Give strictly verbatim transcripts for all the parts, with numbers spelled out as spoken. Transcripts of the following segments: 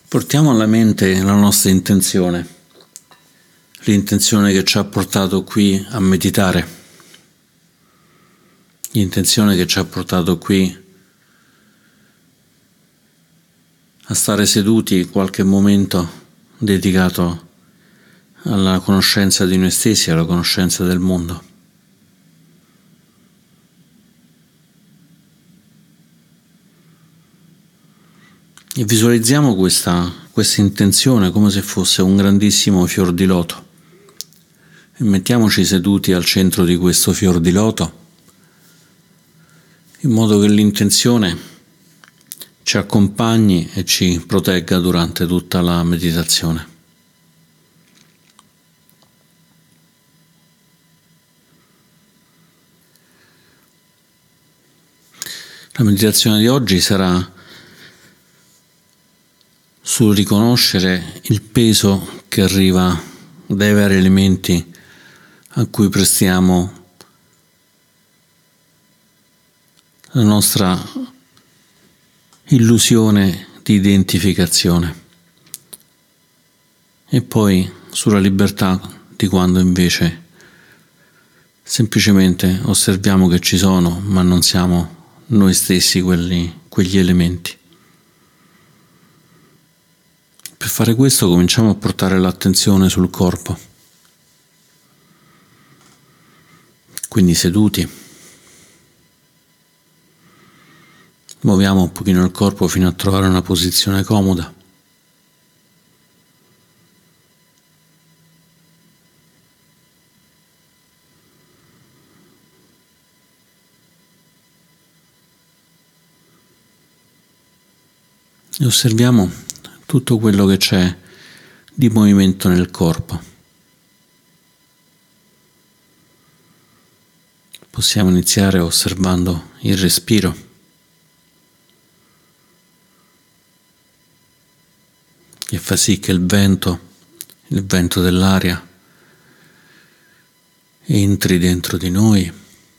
Portiamo alla mente la nostra intenzione, l'intenzione che ci ha portato qui a meditare, l'intenzione che ci ha portato qui a stare seduti qualche momento dedicato alla conoscenza di noi stessi, alla conoscenza del mondo. E visualizziamo questa, questa intenzione come se fosse un grandissimo fior di loto. E mettiamoci seduti al centro di questo fior di loto, in modo che l'intenzione ci accompagni e ci protegga durante tutta la meditazione. La meditazione di oggi sarà sul riconoscere il peso che arriva dai vari elementi a cui prestiamo la nostra illusione di identificazione, e poi sulla libertà di quando invece semplicemente osserviamo che ci sono, ma non siamo noi stessi quelli, quegli elementi. Per fare questo cominciamo a portare l'attenzione sul corpo, quindi seduti. Muoviamo un pochino il corpo fino a trovare una posizione comoda. E osserviamo tutto quello che c'è di movimento nel corpo. Possiamo iniziare osservando il respiro. Che fa sì che il vento, il vento dell'aria, entri dentro di noi,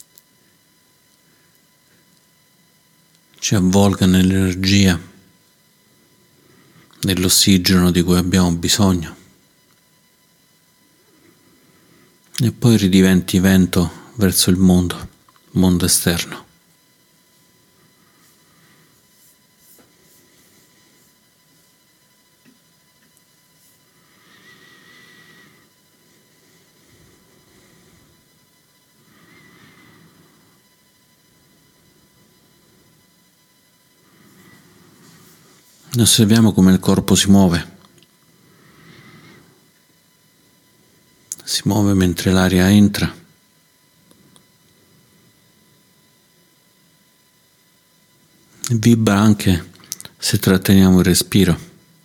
ci avvolga nell'energia, nell'ossigeno di cui abbiamo bisogno, e poi ridiventi vento verso il mondo, mondo esterno. Osserviamo come il corpo si muove. Si muove mentre l'aria entra. E vibra anche se tratteniamo il respiro.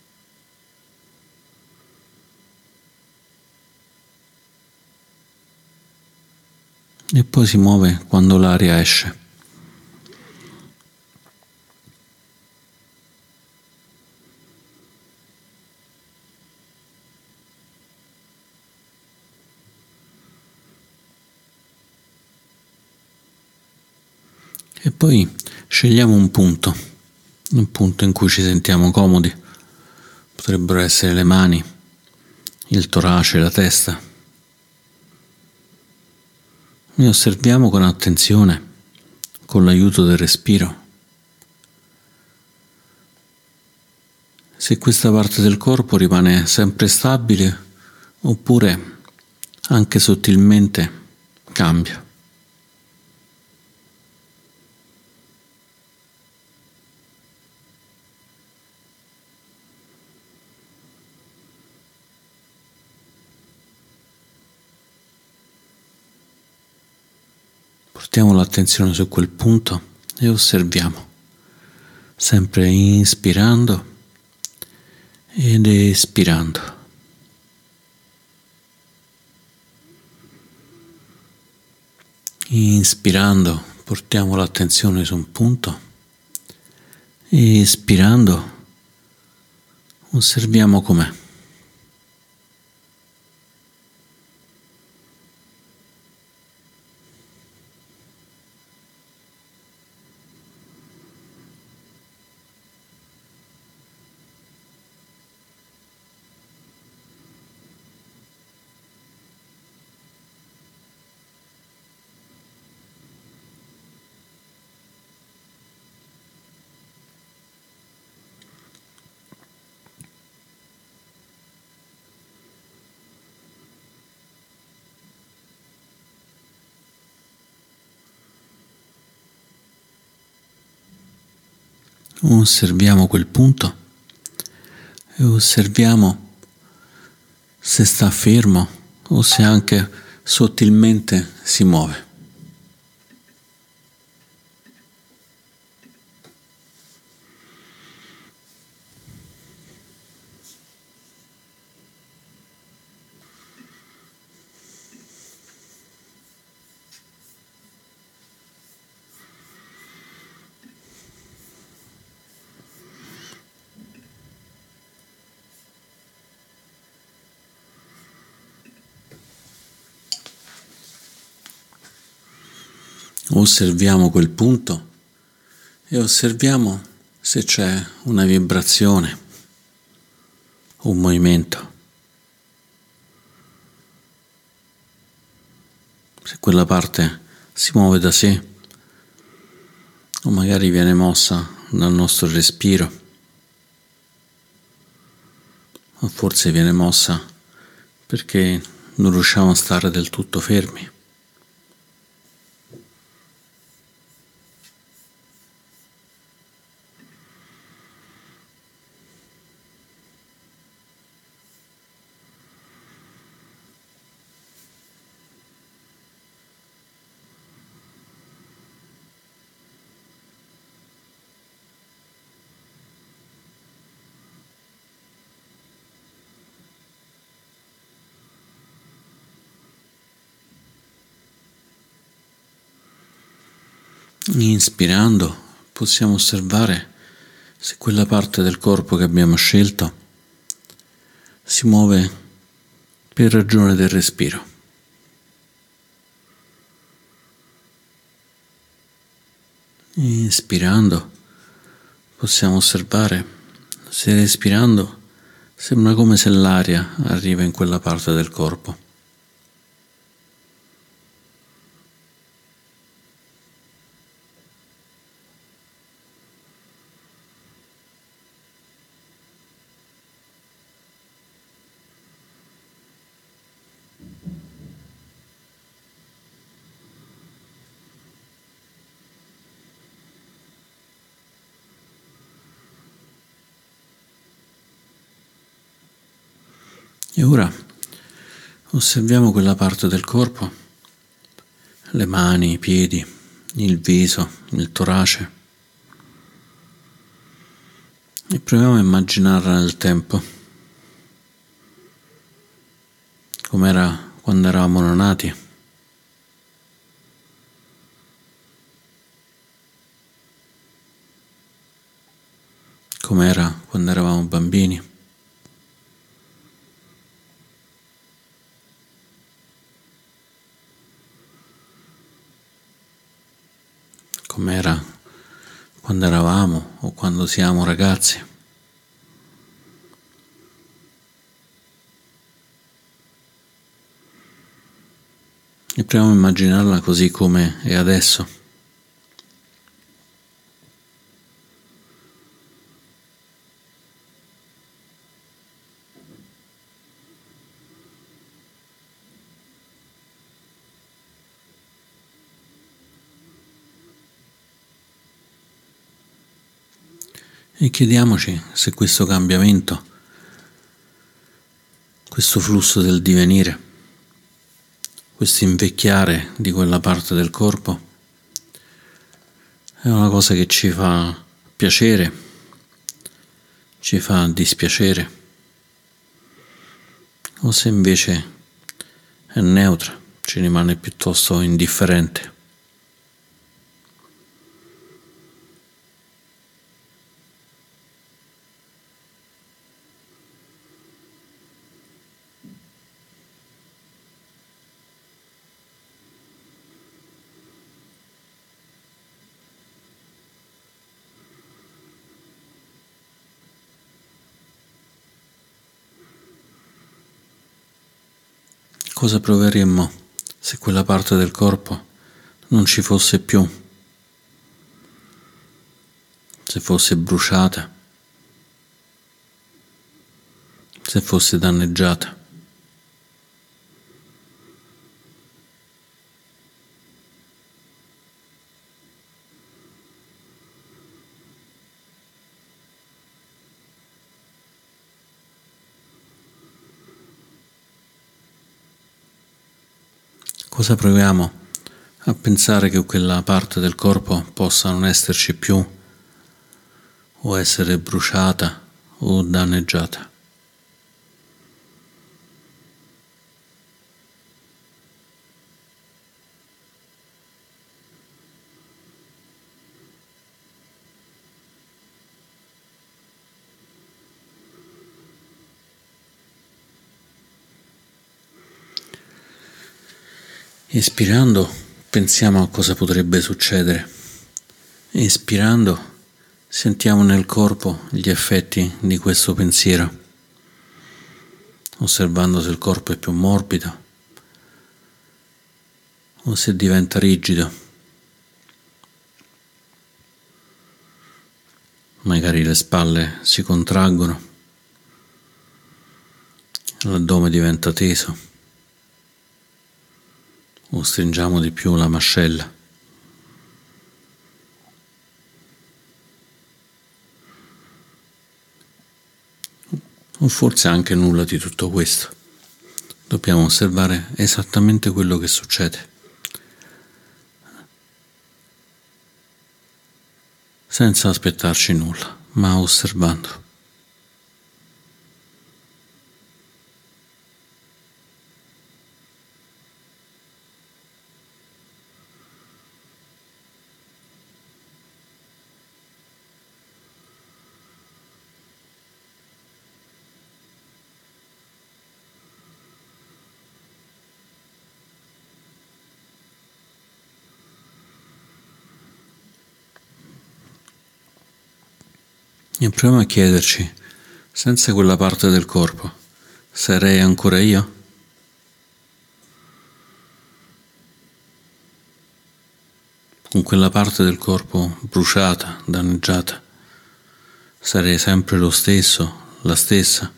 E poi si muove quando l'aria esce. E poi scegliamo un punto, un punto in cui ci sentiamo comodi. Potrebbero essere le mani, il torace, la testa. E osserviamo con attenzione, con l'aiuto del respiro, se questa parte del corpo rimane sempre stabile oppure anche sottilmente cambia. Portiamo l'attenzione su quel punto e osserviamo, sempre inspirando ed espirando. Inspirando portiamo l'attenzione su un punto e espirando osserviamo com'è. osserviamo quel punto e osserviamo se sta fermo o se anche sottilmente si muove. Osserviamo quel punto e osserviamo se c'è una vibrazione, un movimento, se quella parte si muove da sé o magari viene mossa dal nostro respiro, o forse viene mossa perché non riusciamo a stare del tutto fermi. Inspirando possiamo osservare se quella parte del corpo che abbiamo scelto si muove per ragione del respiro. Inspirando possiamo osservare se respirando sembra come se l'aria arriva in quella parte del corpo. E ora osserviamo quella parte del corpo, le mani, i piedi, il viso, il torace e proviamo a immaginarla nel tempo, com'era quando eravamo nati, com'era quando eravamo bambini. Com'era quando eravamo o quando siamo ragazzi. E proviamo a immaginarla così come è adesso. E chiediamoci se questo cambiamento, questo flusso del divenire, questo invecchiare di quella parte del corpo è una cosa che ci fa piacere, ci fa dispiacere, o se invece è neutra, ci rimane piuttosto indifferente. Cosa proveremmo se quella parte del corpo non ci fosse più, se fosse bruciata, se fosse danneggiata? Cosa proviamo a pensare che quella parte del corpo possa non esserci più o essere bruciata o danneggiata. Espirando, pensiamo a cosa potrebbe succedere. Espirando, sentiamo nel corpo gli effetti di questo pensiero, osservando se il corpo è più morbido o se diventa rigido. Magari le spalle si contraggono, l'addome diventa teso o stringiamo di più la mascella. O forse anche nulla di tutto questo. Dobbiamo osservare esattamente quello che succede, senza aspettarci nulla, ma osservando. E proviamo a chiederci, senza quella parte del corpo, sarei ancora io? Con quella parte del corpo bruciata, danneggiata, sarei sempre lo stesso, la stessa?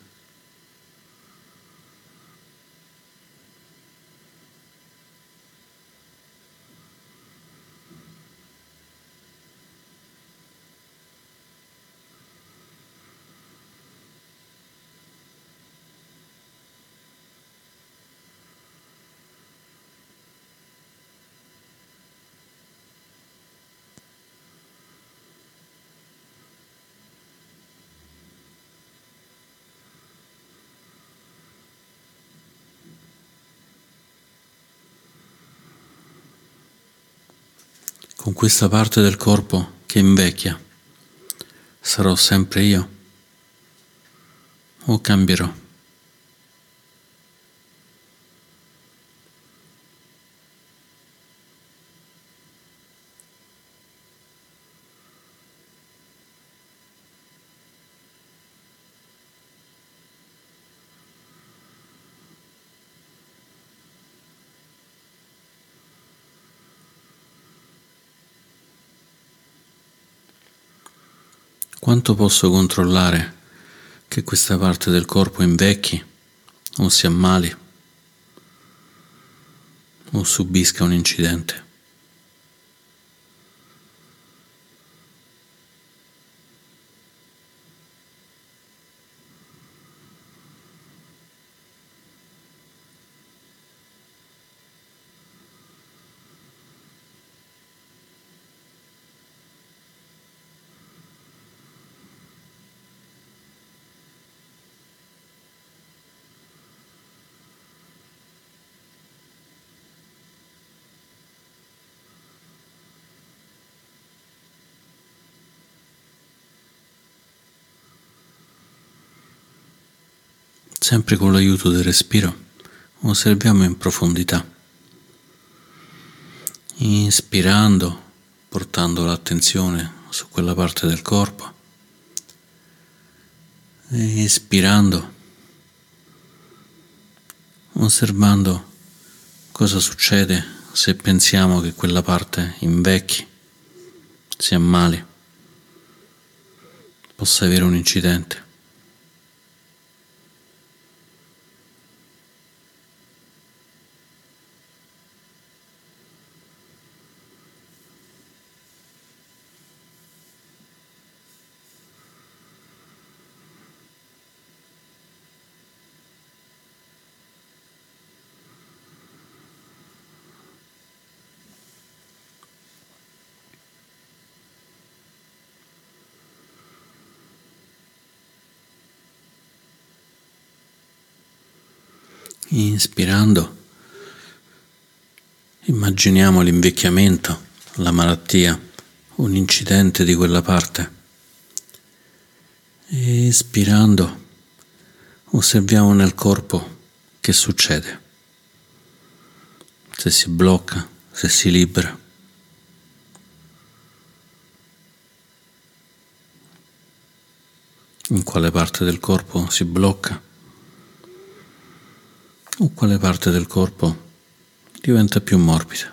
Con questa parte del corpo che invecchia, sarò sempre io? O cambierò? Quanto posso controllare che questa parte del corpo invecchi o si ammali o subisca un incidente? Sempre con l'aiuto del respiro, osserviamo in profondità, inspirando, portando l'attenzione su quella parte del corpo, e espirando, osservando cosa succede se pensiamo che quella parte invecchi, si ammali, possa avere un incidente. Inspirando, immaginiamo l'invecchiamento, la malattia, un incidente di quella parte. Espirando, osserviamo nel corpo che succede, se si blocca, se si libera. In quale parte del corpo si blocca o quale parte del corpo diventa più morbida.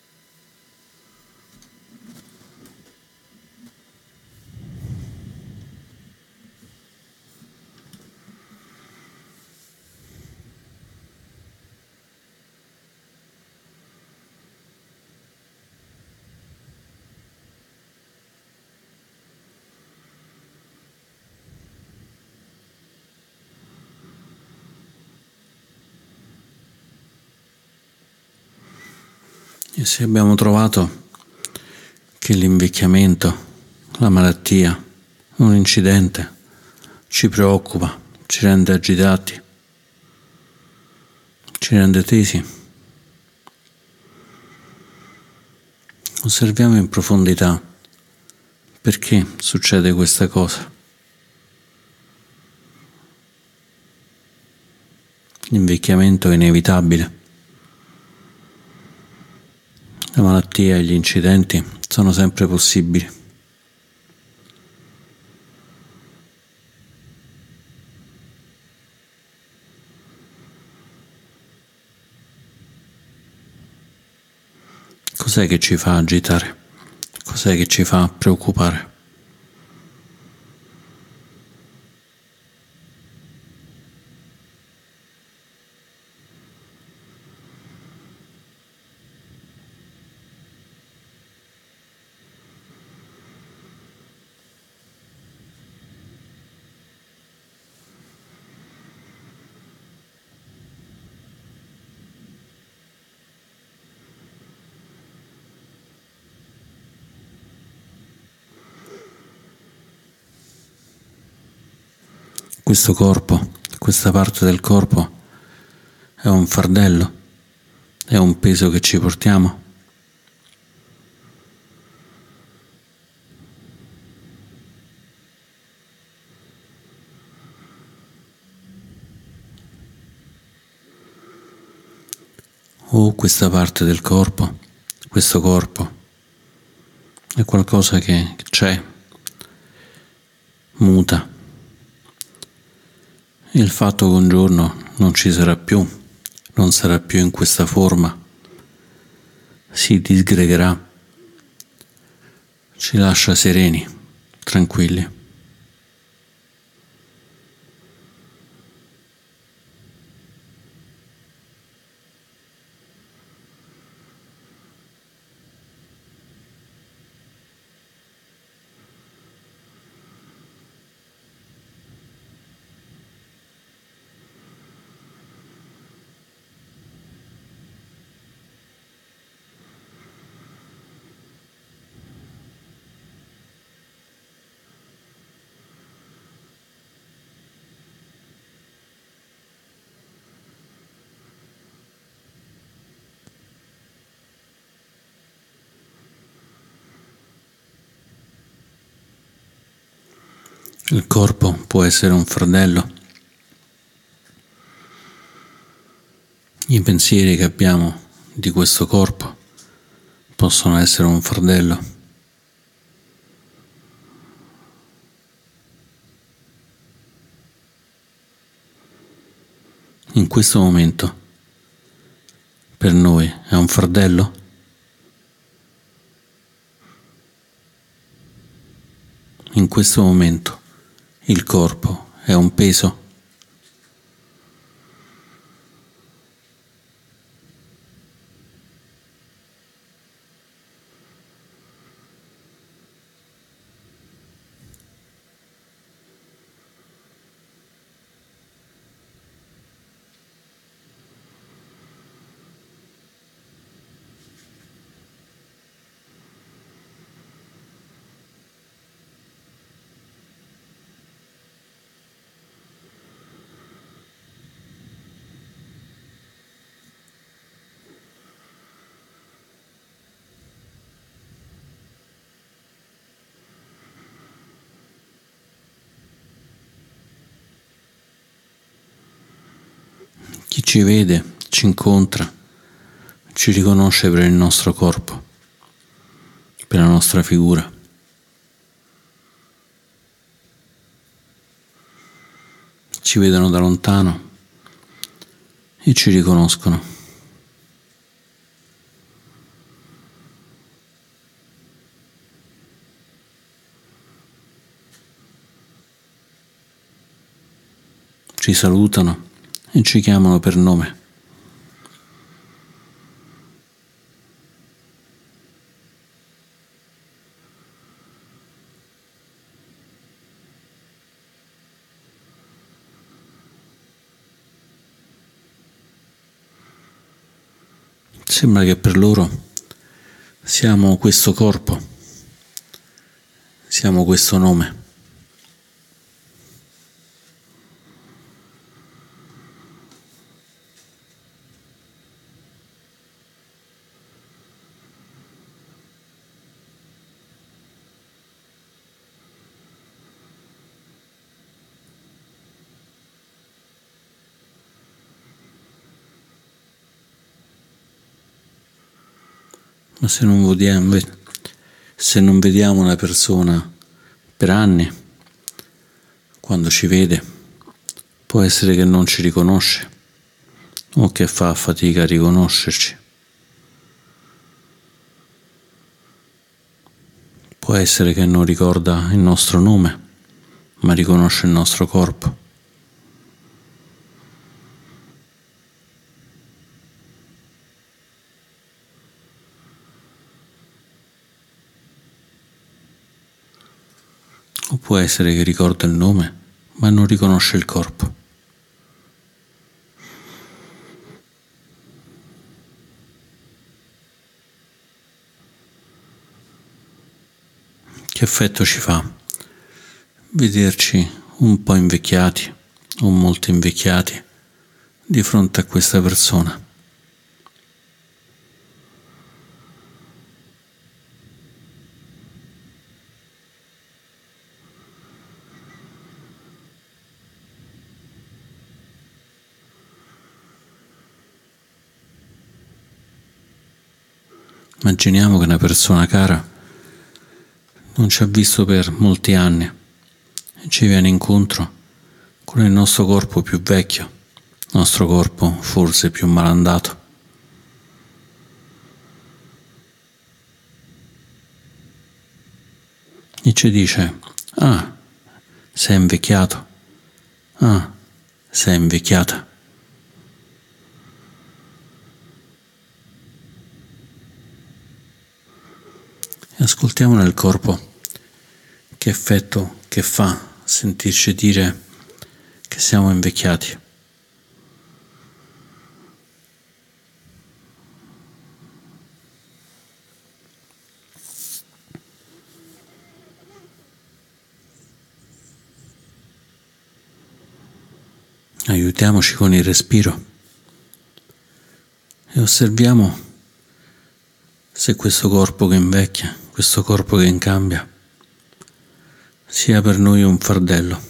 E se abbiamo trovato che l'invecchiamento, la malattia, un incidente ci preoccupa, ci rende agitati, ci rende tesi, osserviamo in profondità perché succede questa cosa. L'invecchiamento è inevitabile. La malattia e gli incidenti sono sempre possibili. Cos'è che ci fa agitare? Cos'è che ci fa preoccupare? Questo corpo, questa parte del corpo è un fardello, è un peso che ci portiamo. O questa parte del corpo, questo corpo, è qualcosa che c'è, muta. E il fatto che un giorno non ci sarà più, non sarà più in questa forma, si disgregherà, ci lascia sereni, tranquilli. Il corpo può essere un fardello. I pensieri che abbiamo di questo corpo possono essere un fardello. In questo momento, per noi è un fardello? In questo momento, il corpo è un peso? Chi ci vede, ci incontra, ci riconosce per il nostro corpo, per la nostra figura. Ci vedono da lontano e ci riconoscono. Ci salutano e ci chiamano per nome. Sembra che per loro siamo questo corpo, siamo questo nome. Ma se non vediamo, se non vediamo una persona per anni, quando ci vede, può essere che non ci riconosce o che fa fatica a riconoscerci. Può essere che non ricorda il nostro nome, ma riconosce il nostro corpo. O può essere che ricorda il nome, ma non riconosce il corpo. Che effetto ci fa vederci un po' invecchiati o molto invecchiati di fronte a questa persona? Immaginiamo che una persona cara non ci ha visto per molti anni e ci viene incontro con il nostro corpo più vecchio, il nostro corpo forse più malandato. E ci dice: ah, sei invecchiato, ah, sei invecchiata. E ascoltiamo nel corpo che effetto che fa sentirci dire che siamo invecchiati. Aiutiamoci con il respiro e osserviamo se questo corpo che invecchia, questo corpo che incambia, sia per noi un fardello.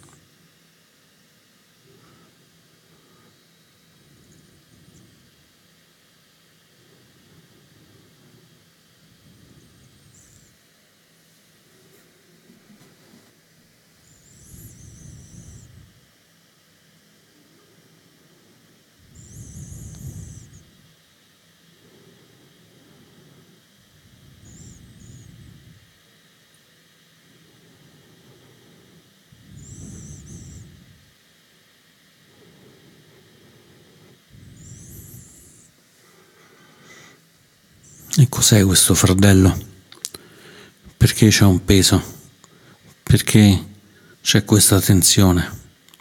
E cos'è questo fardello? Perché c'è un peso? Perché c'è questa tensione?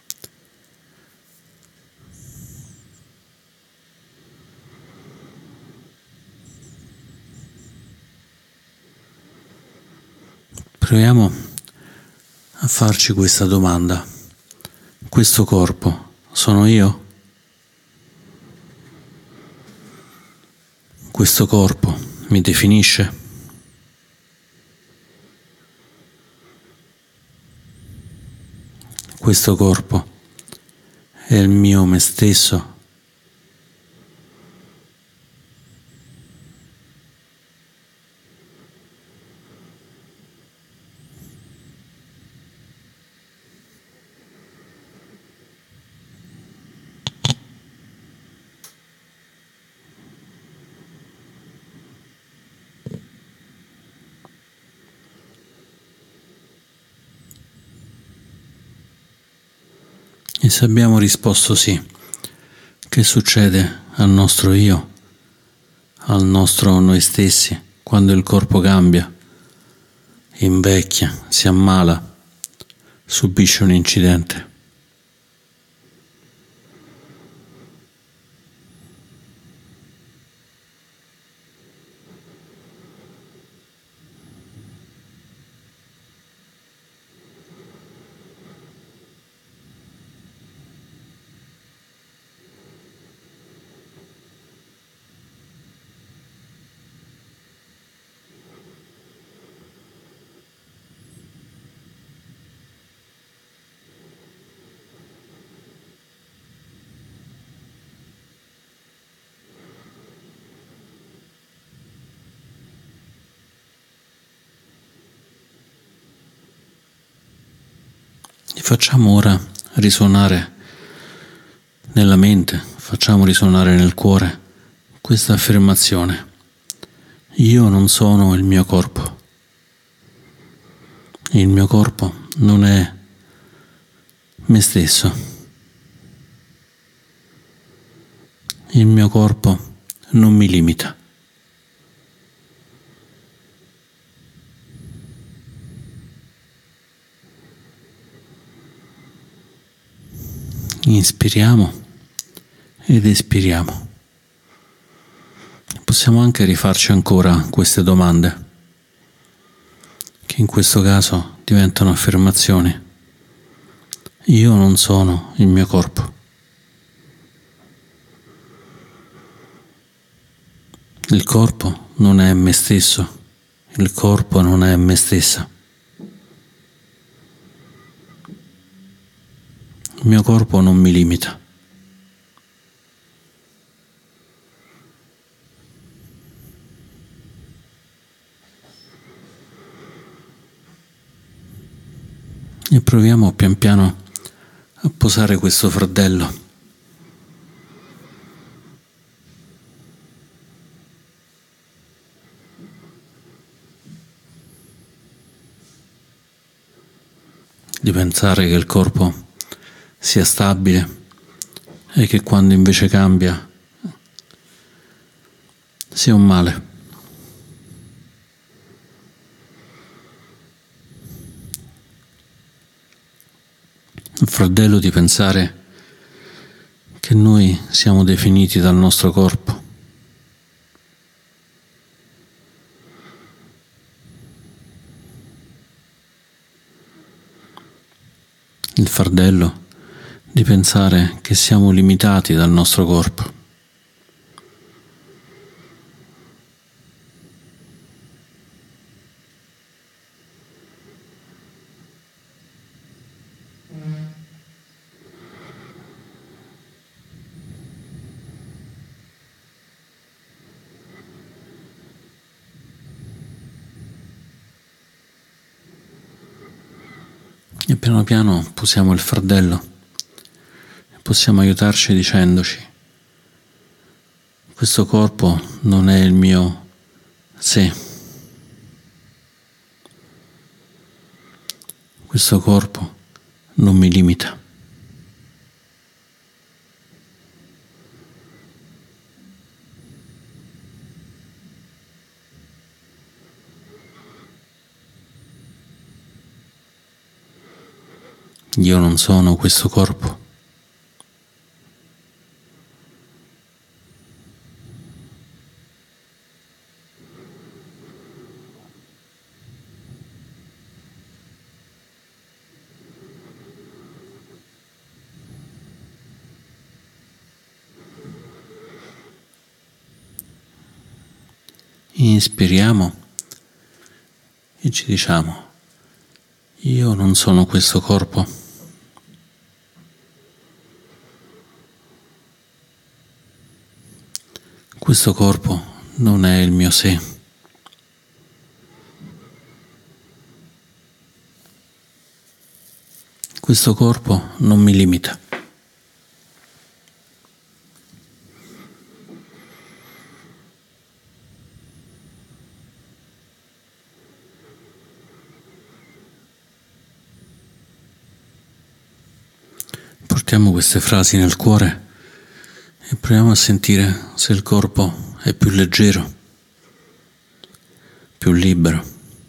Proviamo a farci questa domanda. Questo corpo sono io? Questo corpo mi definisce? Questo corpo è il mio me stesso E se abbiamo risposto sì, che succede al nostro io, al nostro noi stessi, quando il corpo cambia, invecchia, si ammala, subisce un incidente? E facciamo ora risuonare nella mente, facciamo risuonare nel cuore questa affermazione: io non sono il mio corpo. Il mio corpo non è me stesso. Il mio corpo non mi limita. Inspiriamo ed espiriamo. Possiamo anche rifarci ancora queste domande, che in questo caso diventano affermazioni. Io non sono il mio corpo. Il corpo non è me stesso. Il corpo non è me stessa. Il mio corpo non mi limita. E proviamo pian piano a posare questo fardello. Di pensare che il corpo sia stabile e che quando invece cambia sia un male. Il fardello di pensare che noi siamo definiti dal nostro corpo. Il fardello di pensare che siamo limitati dal nostro corpo. E piano piano posiamo il fardello e possiamo aiutarci dicendoci: questo corpo non è il mio sé. Questo corpo non mi limita. Io non sono questo corpo. Inspiriamo e ci diciamo: io non sono questo corpo. Questo corpo non è il mio sé. Questo corpo non mi limita. Portiamo queste frasi nel cuore e proviamo a sentire se il corpo è più leggero, più libero,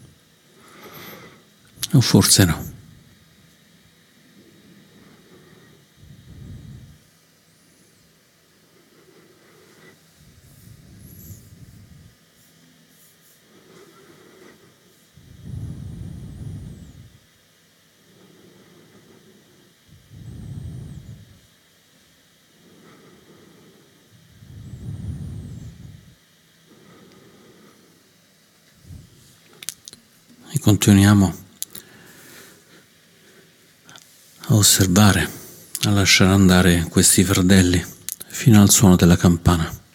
o forse no. E continuiamo a osservare, a lasciare andare questi fardelli fino al suono della campana.